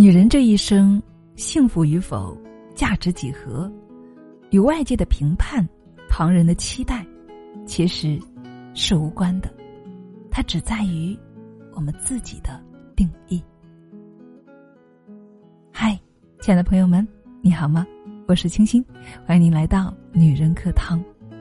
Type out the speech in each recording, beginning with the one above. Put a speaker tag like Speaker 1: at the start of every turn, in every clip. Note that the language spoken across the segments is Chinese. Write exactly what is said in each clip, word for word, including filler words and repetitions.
Speaker 1: 女人这一生幸福与否，价值几何，与外界的评判、旁人的期待其实是无关的，它只在于我们自己的定义。嗨，亲爱的朋友们，你好吗？我是清新，欢迎您来到女人课堂。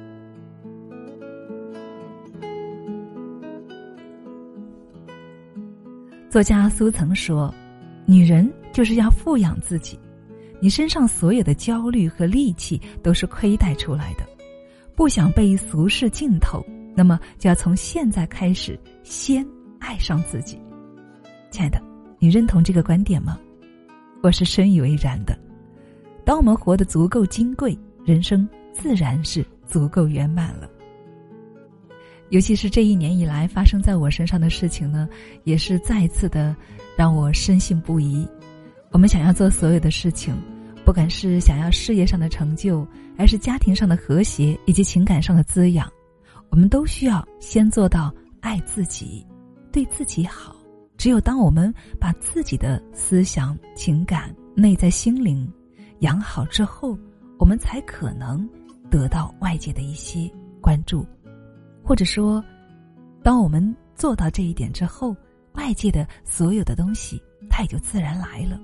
Speaker 1: 作家苏曾说，女人就是要富养自己，你身上所有的焦虑和戾气都是亏待出来的。不想被俗世浸透，那么就要从现在开始先爱上自己。亲爱的，你认同这个观点吗？我是深以为然的。当我们活得足够金贵，人生自然是足够圆满了。尤其是这一年以来发生在我身上的事情呢，也是再次的让我深信不疑。我们想要做所有的事情，不管是想要事业上的成就，还是家庭上的和谐以及情感上的滋养，我们都需要先做到爱自己，对自己好。只有当我们把自己的思想、情感、内在心灵养好之后，我们才可能得到外界的一些关注。或者说，当我们做到这一点之后，外界的所有的东西它也就自然来了。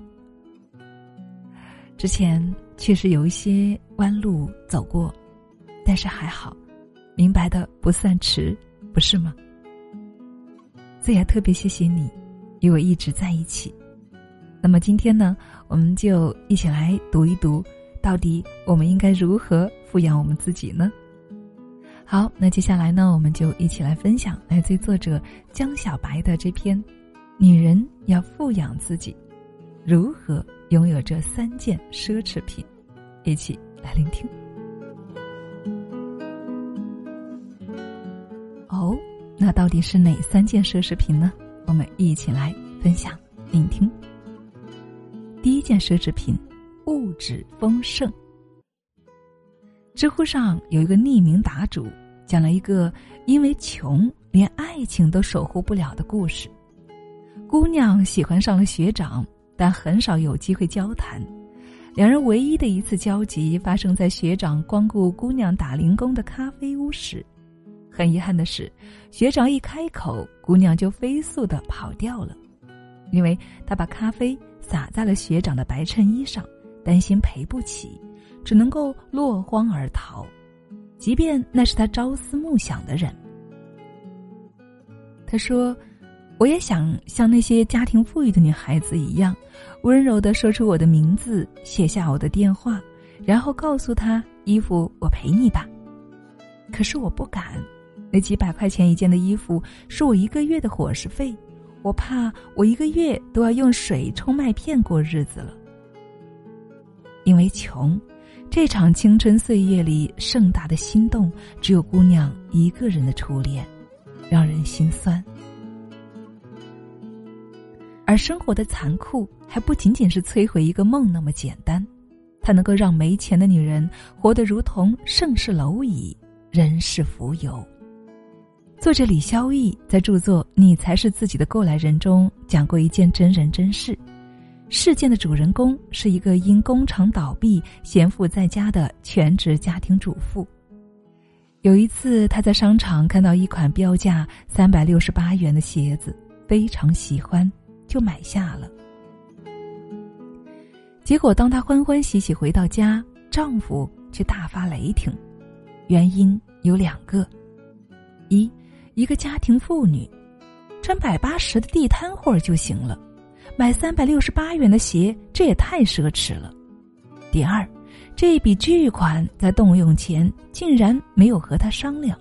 Speaker 1: 之前确实有一些弯路走过，但是还好，明白的不算迟，不是吗？所以也特别谢谢你与我一直在一起。那么今天呢，我们就一起来读一读，到底我们应该如何富养我们自己呢？好，那接下来呢，我们就一起来分享来自于作者江小白的这篇《女人要富养自己，如何拥有这三件奢侈品》，一起来聆听。哦，那到底是哪三件奢侈品呢？我们一起来分享聆听。第一件奢侈品，物质丰盛。知乎上有一个匿名答主讲了一个因为穷连爱情都守护不了的故事。姑娘喜欢上了学长，但很少有机会交谈。两人唯一的一次交集发生在学长光顾姑娘打零工的咖啡屋时。很遗憾的是，学长一开口，姑娘就飞速地跑掉了，因为她把咖啡洒在了学长的白衬衣上，担心赔不起，只能够落荒而逃，即便那是他朝思暮想的人。他说，我也想像那些家庭富裕的女孩子一样，温柔地说出我的名字，写下我的电话，然后告诉他，衣服我陪你吧。可是我不敢，那几百块钱一件的衣服是我一个月的伙食费，我怕我一个月都要用水冲麦片过日子了。因为穷，这场青春岁月里盛大的心动，只有姑娘一个人的初恋，让人心酸。而生活的残酷还不仅仅是摧毁一个梦那么简单，它能够让没钱的女人活得如同盛世蝼蚁，人世浮游。作者李肖逸在著作《你才是自己的过来人》中讲过一件真人真事。事件的主人公是一个因工厂倒闭闲赋在家的全职家庭主妇。有一次，他在商场看到一款标价三百六十八元的鞋子，非常喜欢，就买下了。结果当他欢欢喜喜回到家，丈夫却大发雷霆。原因有两个：一，一个家庭妇女穿百八十的地摊货就行了，买三百六十八元的鞋，这也太奢侈了。第二，这笔巨款在动用前竟然没有和他商量。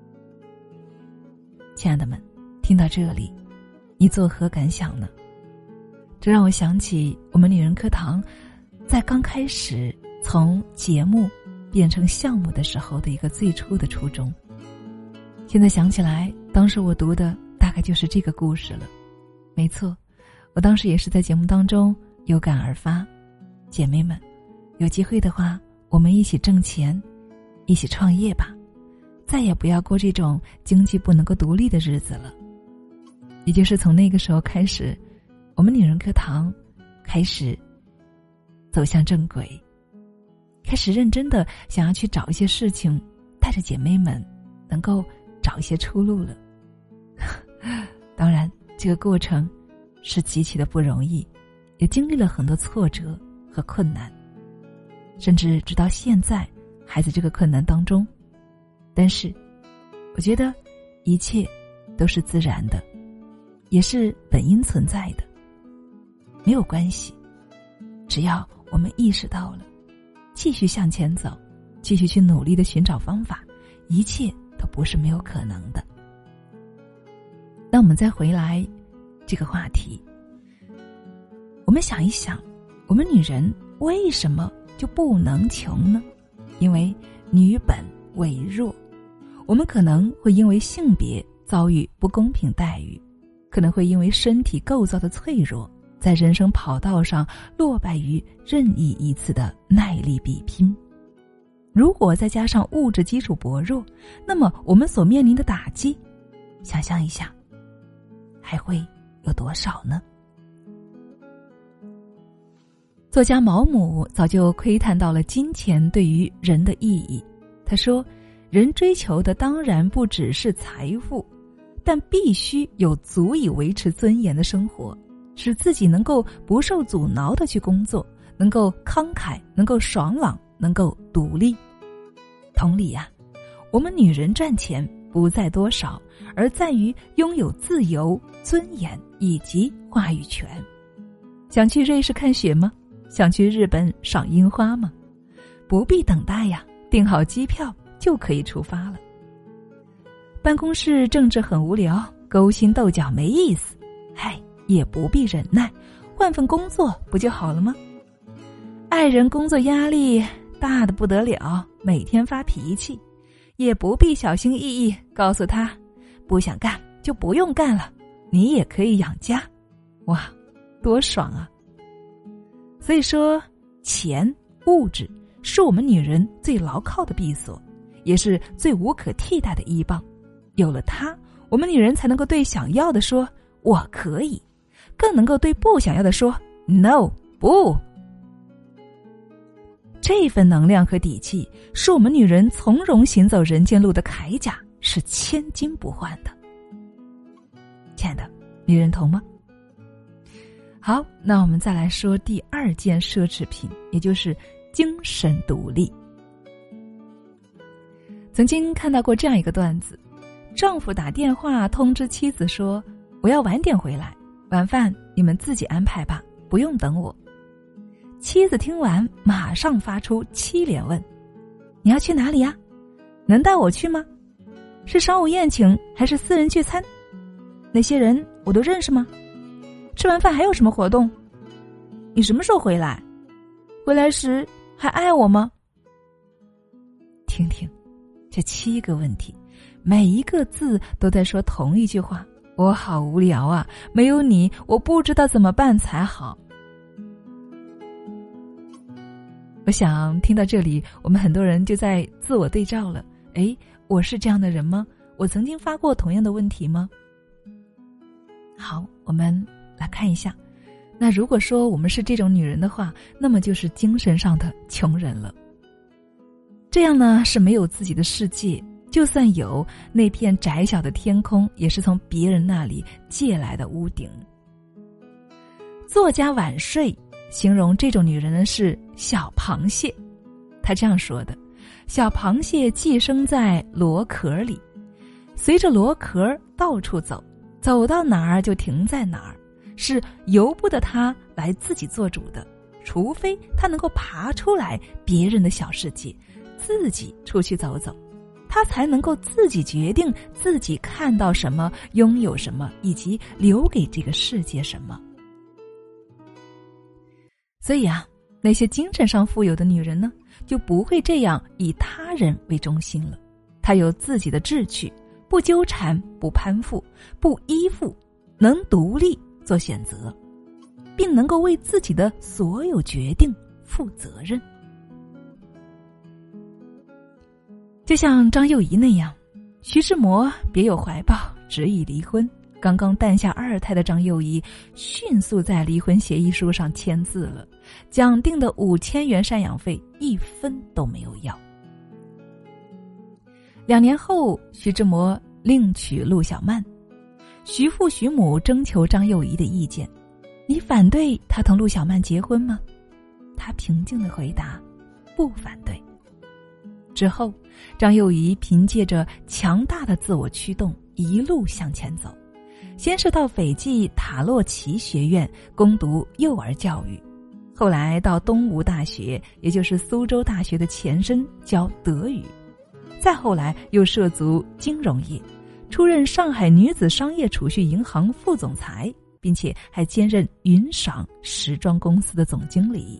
Speaker 1: 亲爱的们，听到这里，你作何感想呢？这让我想起我们女人课堂在刚开始从节目变成项目的时候的一个最初的初衷。现在想起来，当时我读的大概就是这个故事了。没错，我当时也是在节目当中有感而发。姐妹们，有机会的话，我们一起挣钱，一起创业吧，再也不要过这种经济不能够独立的日子了。也就是从那个时候开始，我们女人课堂开始走向正轨，开始认真的想要去找一些事情，带着姐妹们能够找一些出路了。当然这个过程是极其的不容易，也经历了很多挫折和困难，甚至直到现在还在这个困难当中。但是我觉得一切都是自然的，也是本应存在的，没有关系，只要我们意识到了，继续向前走，继续去努力的寻找方法，一切都不是没有可能的。那我们再回来这个话题，我们想一想，我们女人为什么就不能穷呢？因为女本为弱，我们可能会因为性别遭遇不公平待遇，可能会因为身体构造的脆弱，在人生跑道上落败于任意一次的耐力比拼。如果再加上物质基础薄弱，那么我们所面临的打击，想象一下，还会有多少呢？作家毛姆早就窥探到了金钱对于人的意义。他说，人追求的当然不只是财富，但必须有足以维持尊严的生活，使自己能够不受阻挠地去工作，能够慷慨，能够爽朗，能够独立。同理啊，我们女人赚钱不在多少，而在于拥有自由、尊严以及话语权。想去瑞士看雪吗？想去日本赏樱花吗？不必等待呀，订好机票就可以出发了。办公室政治很无聊，勾心斗角没意思，嗨，也不必忍耐，换份工作不就好了吗？爱人工作压力大得不得了，每天发脾气，也不必小心翼翼告诉他，不想干就不用干了，你也可以养家。哇，多爽啊！所以说，钱、物质是我们女人最牢靠的避所，也是最无可替代的依傍。有了它，我们女人才能够对想要的说我可以，更能够对不想要的说 no 不。这份能量和底气是我们女人从容行走人间路的铠甲，是千金不换的。亲爱的，你认同吗？好，那我们再来说第二件奢侈品，也就是精神独立。曾经看到过这样一个段子，丈夫打电话通知妻子说，我要晚点回来，晚饭你们自己安排吧，不用等我。妻子听完马上发出七连问，你要去哪里呀？能带我去吗？是商务宴请还是私人聚餐？那些人我都认识吗？吃完饭还有什么活动？你什么时候回来？回来时还爱我吗？听听这七个问题，每一个字都在说同一句话，我好无聊啊，没有你我不知道怎么办才好。我想听到这里，我们很多人就在自我对照了，诶，我是这样的人吗？我曾经发过同样的问题吗？好，我们来看一下，那如果说我们是这种女人的话，那么就是精神上的穷人了。这样呢，是没有自己的世界，就算有，那片窄小的天空也是从别人那里借来的屋顶。作家晚睡形容这种女人呢是小螃蟹，他这样说的，小螃蟹寄生在螺壳里，随着螺壳到处走，走到哪儿就停在哪儿，是由不得他来自己做主的，除非他能够爬出来别人的小世界，自己出去走走，他才能够自己决定自己看到什么，拥有什么，以及留给这个世界什么。所以啊，那些精神上富有的女人呢，就不会这样以他人为中心了。她有自己的志趣，不纠缠，不攀附，不依附，能独立做选择，并能够为自己的所有决定负责任。就像张幼仪那样，徐志摩别有怀抱，执意离婚， 刚刚诞下二胎的张幼仪迅速在离婚协议书上签字了，讲定的五千元赡养费一分都没有要。两年后，徐志摩另娶陆小曼，徐父徐母征求张幼仪的意见：你反对他同陆小曼结婚吗？他平静地回答：不反对。之后，张幼仪凭借着强大的自我驱动一路向前走，先是到斐济塔洛奇学院攻读幼儿教育，后来到东吴大学，也就是苏州大学的前身教德语，再后来又涉足金融业，出任上海女子商业储蓄银行副总裁，并且还兼任云赏时装公司的总经理。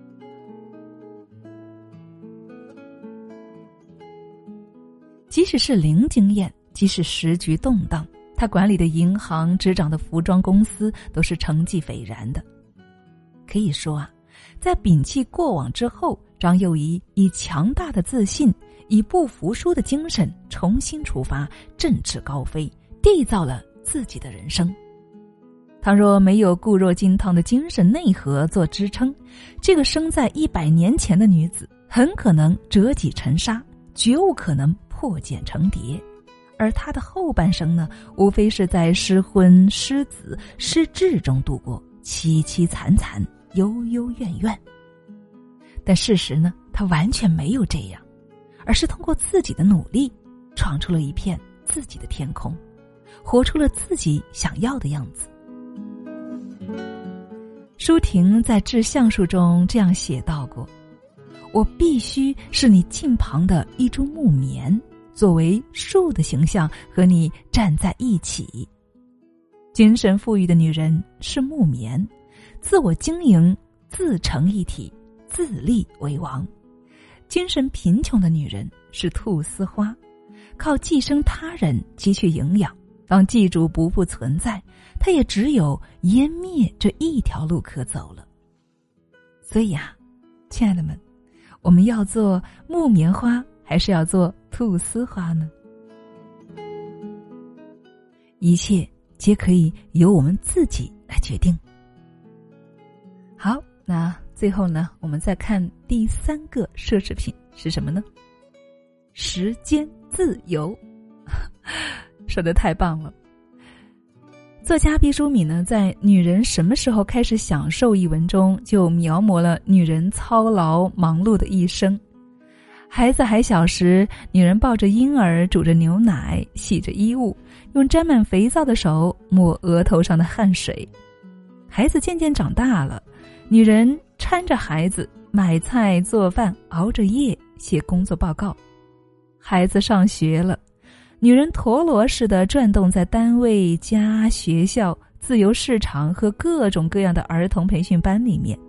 Speaker 1: 即使是零经验，即使时局动荡，他管理的银行、执掌的服装公司都是成绩斐然的。可以说啊，在摒弃过往之后，张幼仪以强大的自信，以不服输的精神重新出发，振翅高飞，缔造了自己的人生。倘若没有固若金汤的精神内核做支撑，这个生在一百年前的女子很可能折戟沉沙，绝无可能破茧成蝶。而她的后半生呢，无非是在失婚、失子、失志中度过，凄凄惨惨，幽幽怨怨。但事实呢，她完全没有这样，而是通过自己的努力，闯出了一片自己的天空，活出了自己想要的样子。舒婷在《致橡树》中这样写到过：我必须是你近旁的一株木棉，作为树的形象和你站在一起。精神富裕的女人是木棉，自我经营，自成一体，自立为王。精神贫穷的女人是菟丝花，靠寄生他人汲取营养，当寄主不复存在，她也只有湮灭这一条路可走了。所以啊，亲爱的们，我们要做木棉花还是要做菟丝花呢？一切皆可以由我们自己来决定。好，那最后呢，我们再看第三个奢侈品是什么呢？时间自由。说得太棒了。作家毕淑敏呢，在《女人什么时候开始享受》一文中就描摹了女人操劳忙碌的一生。孩子还小时，女人抱着婴儿，煮着牛奶，洗着衣物，用沾满肥皂的手抹额头上的汗水。孩子渐渐长大了，女人搀着孩子买菜做饭，熬着夜写工作报告。孩子上学了，女人陀螺似的转动在单位、家、学校、自由市场和各种各样的儿童培训班里面。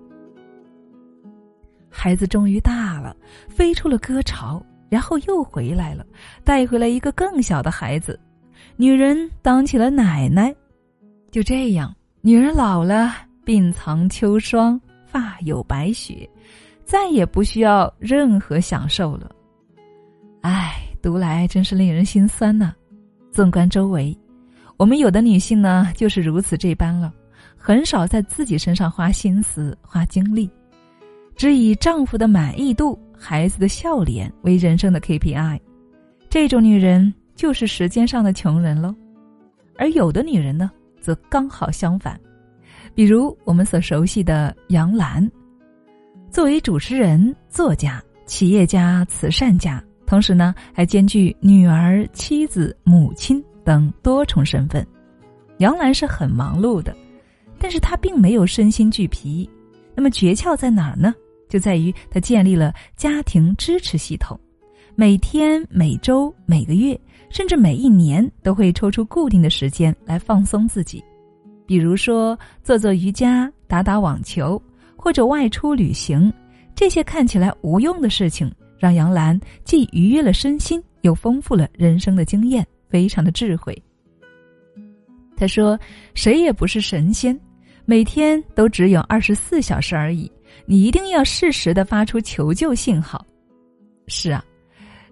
Speaker 1: 孩子终于大了，飞出了歌巢，然后又回来了，带回来一个更小的孩子。女人当起了奶奶。就这样，女人老了，鬓藏秋霜，发有白雪，再也不需要任何享受了。唉，读来真是令人心酸呐、啊。纵观周围，我们有的女性呢，就是如此这般了，很少在自己身上花心思、花精力，只以丈夫的满意度、孩子的笑脸为人生的 K P I。 这种女人就是时间上的穷人咯。而有的女人呢，则刚好相反。比如我们所熟悉的杨澜，作为主持人、作家、企业家、慈善家，同时呢，还兼具女儿、妻子、母亲等多重身份。杨澜是很忙碌的，但是她并没有身心俱疲。那么诀窍在哪儿呢？就在于她建立了家庭支持系统，每天、每周、每个月，甚至每一年都会抽出固定的时间来放松自己。比如说做做瑜伽、打打网球，或者外出旅行，这些看起来无用的事情，让杨澜既愉悦了身心，又丰富了人生的经验，非常的智慧。他说，谁也不是神仙，每天都只有二十四小时而已，你一定要适时地发出求救信号。是啊，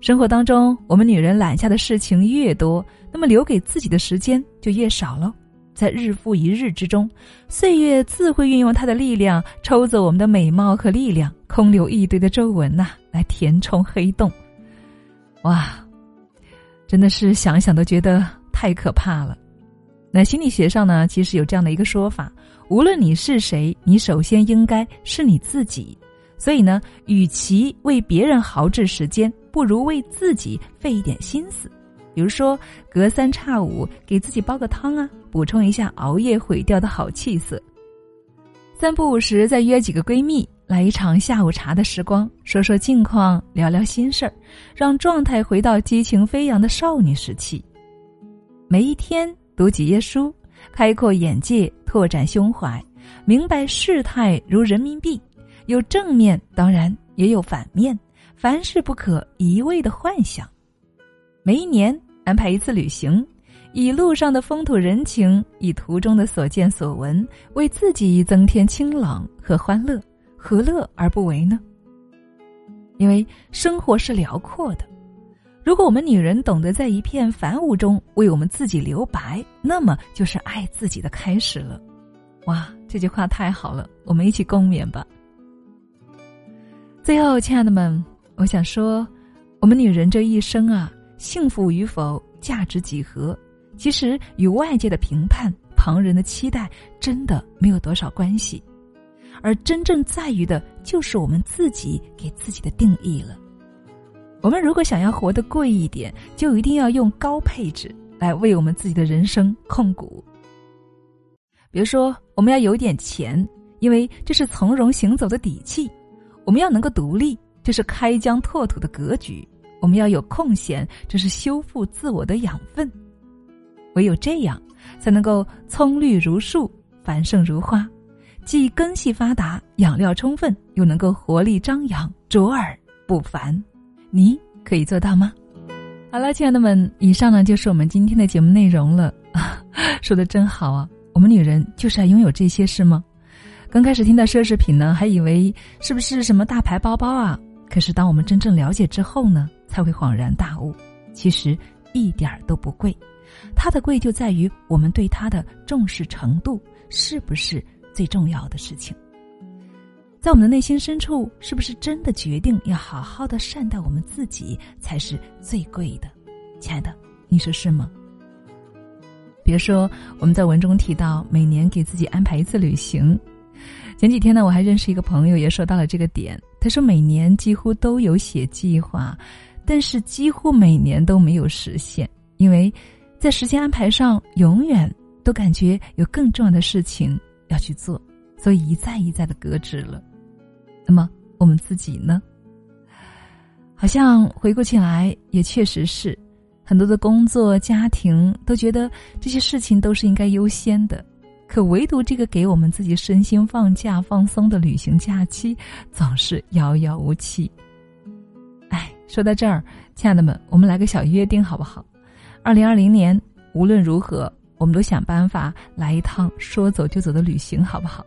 Speaker 1: 生活当中，我们女人揽下的事情越多，那么留给自己的时间就越少了。在日复一日之中，岁月自会运用它的力量，抽走我们的美貌和力量，空留一堆的皱纹呐、啊，来填充黑洞。哇，真的是想想都觉得太可怕了。那心理学上呢，其实有这样的一个说法，无论你是谁，你首先应该是你自己。所以呢，与其为别人耗制时间，不如为自己费一点心思。比如说隔三差五给自己煲个汤啊，补充一下熬夜毁掉的好气色。三不五时再约几个闺蜜来一场下午茶的时光，说说近况，聊聊心事儿，让状态回到激情飞扬的少女时期。每一天读几页书，开阔眼界，拓展胸怀，明白事态如人民币，有正面当然也有反面，凡事不可一味的幻想。每一年安排一次旅行，以路上的风土人情，以途中的所见所闻，为自己增添清朗和欢乐，何乐而不为呢？因为生活是辽阔的，如果我们女人懂得在一片繁芜中为我们自己留白，那么就是爱自己的开始了。哇，这句话太好了，我们一起共勉吧。最后，亲爱的们，我想说，我们女人这一生啊，幸福与否，价值几何，其实与外界的评判、旁人的期待真的没有多少关系，而真正在于的就是我们自己给自己的定义了。我们如果想要活得贵一点，就一定要用高配置来为我们自己的人生控股。比如说，我们要有点钱，因为这是从容行走的底气；我们要能够独立，这是开疆拓土的格局；我们要有空闲，这是修复自我的养分。唯有这样，才能够葱绿如树，繁盛如花，既根系发达，养料充分，又能够活力张扬，卓尔不凡。你可以做到吗？好了，亲爱的们，以上呢就是我们今天的节目内容了。说得真好啊，我们女人就是要拥有这些是吗？刚开始听到奢侈品呢，还以为是不是什么大牌包包啊？可是当我们真正了解之后呢，才会恍然大悟，其实一点都不贵。它的贵就在于我们对它的重视程度是不是最重要的事情。在我们的内心深处，是不是真的决定要好好的善待我们自己才是最贵的？亲爱的，你说是吗？比如说我们在文中提到每年给自己安排一次旅行，前几天呢，我还认识一个朋友也说到了这个点。他说每年几乎都有写计划，但是几乎每年都没有实现，因为在时间安排上永远都感觉有更重要的事情要去做，所以一再一再的搁置了。那么我们自己呢？好像回顾起来也确实是很多的工作家庭都觉得这些事情都是应该优先的，可唯独这个给我们自己身心放假放松的旅行假期总是遥遥无期。哎，说到这儿，亲爱的们，我们来个小约定好不好？二零二零年无论如何我们都想办法来一趟说走就走的旅行好不好？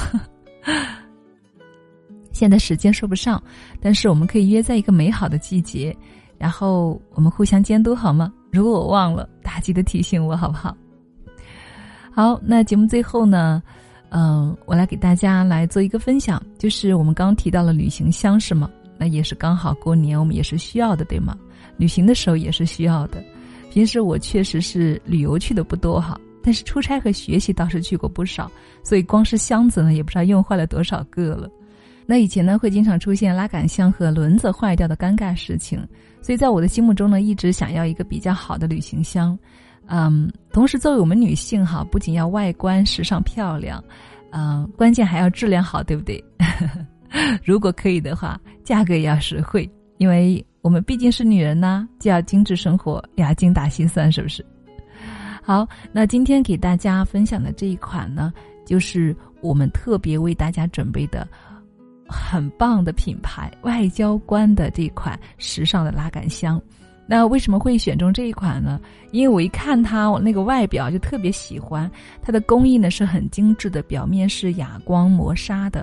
Speaker 1: 现在时间说不上，但是我们可以约在一个美好的季节，然后我们互相监督好吗？如果我忘了，大家记得提醒我好不好？好，那节目最后呢，嗯、呃，我来给大家来做一个分享，就是我们刚刚提到了旅行箱是吗？那也是刚好过年我们也是需要的，对吗？旅行的时候也是需要的。平时我确实是旅游去的不多哈，但是出差和学习倒是去过不少，所以光是箱子呢也不知道用坏了多少个了。那以前呢会经常出现拉杆箱和轮子坏掉的尴尬事情，所以在我的心目中呢一直想要一个比较好的旅行箱。嗯，同时作为我们女性哈，不仅要外观时尚漂亮，嗯，关键还要质量好，对不对？如果可以的话，价格也要实惠，因为我们毕竟是女人呐，既要精致生活，也要精打细算，是不是？好，那今天给大家分享的这一款呢，就是我们特别为大家准备的很棒的品牌外交官的这款时尚的拉杆箱。那为什么会选中这一款呢？因为我一看它我那个外表就特别喜欢，它的工艺呢是很精致的，表面是哑光磨砂的，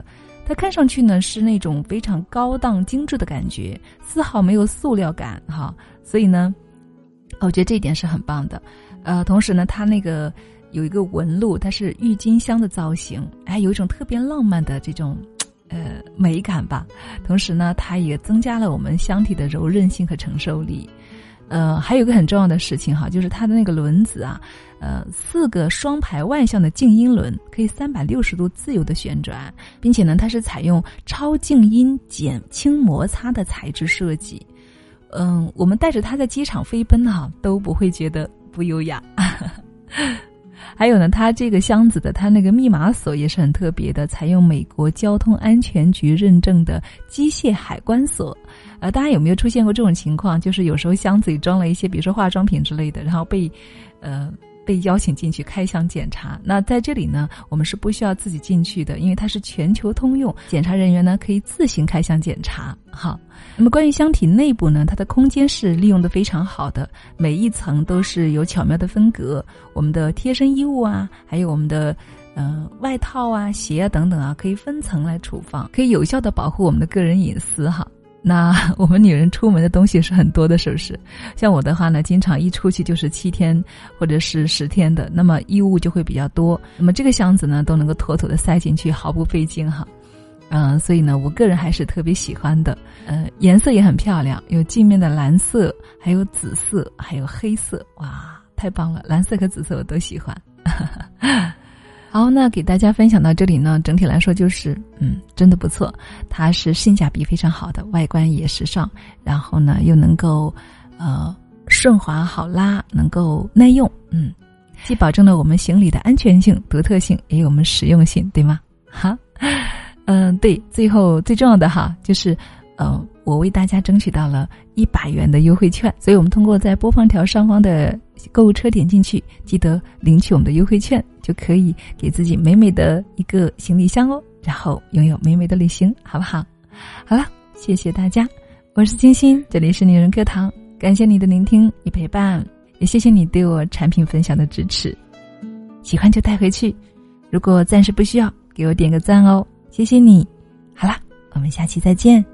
Speaker 1: 它看上去呢是那种非常高档精致的感觉，丝毫没有塑料感哈，所以呢我觉得这一点是很棒的。呃，同时呢它那个有一个纹路，它是郁金香的造型，哎，有一种特别浪漫的这种呃美感吧。同时呢它也增加了我们箱体的柔韧性和承受力。呃，还有一个很重要的事情哈，就是它的那个轮子啊，呃，四个双排万向的静音轮，可以三百六十度自由的旋转，并且呢，它是采用超静音减轻摩擦的材质设计。嗯，我们带着它在机场飞奔哈，都不会觉得不优雅。还有呢，它这个箱子的它那个密码锁也是很特别的，采用美国交通安全局认证的机械海关锁。呃，大家有没有出现过这种情况？就是有时候箱子里装了一些，比如说化妆品之类的，然后被，呃，被邀请进去开箱检查。那在这里呢，我们是不需要自己进去的，因为它是全球通用，检查人员呢可以自行开箱检查。好，那么关于箱体内部呢，它的空间是利用的非常好的，每一层都是有巧妙的分隔，我们的贴身衣物啊，还有我们的呃外套啊、鞋啊等等啊，可以分层来储放，可以有效的保护我们的个人隐私哈。那我们女人出门的东西是很多的，是不是？像我的话呢，经常一出去就是七天或者是十天的，那么衣物就会比较多。那么这个箱子呢，都能够妥妥的塞进去，毫不费劲哈。嗯、呃，所以呢，我个人还是特别喜欢的。呃，颜色也很漂亮，有镜面的蓝色，还有紫色，还有黑色，哇，太棒了！蓝色和紫色我都喜欢。好，那给大家分享到这里呢，整体来说就是嗯，真的不错，它是性价比非常好的，外观也时尚，然后呢又能够呃顺滑好拉，能够耐用，嗯，既保证了我们行李的安全性、独特性，也有我们实用性，对吗？哈，嗯、呃，对，最后最重要的哈就是呃我为大家争取到了一百元的优惠券，所以我们通过在播放条上方的购物车点进去，记得领取我们的优惠券，就可以给自己美美的一个行李箱哦，然后拥有美美的旅行，好不好？好了，谢谢大家，我是金星，这里是女人课堂，感谢你的聆听与陪伴，也谢谢你对我产品分享的支持。喜欢就带回去，如果暂时不需要，给我点个赞哦，谢谢你。好了，我们下期再见。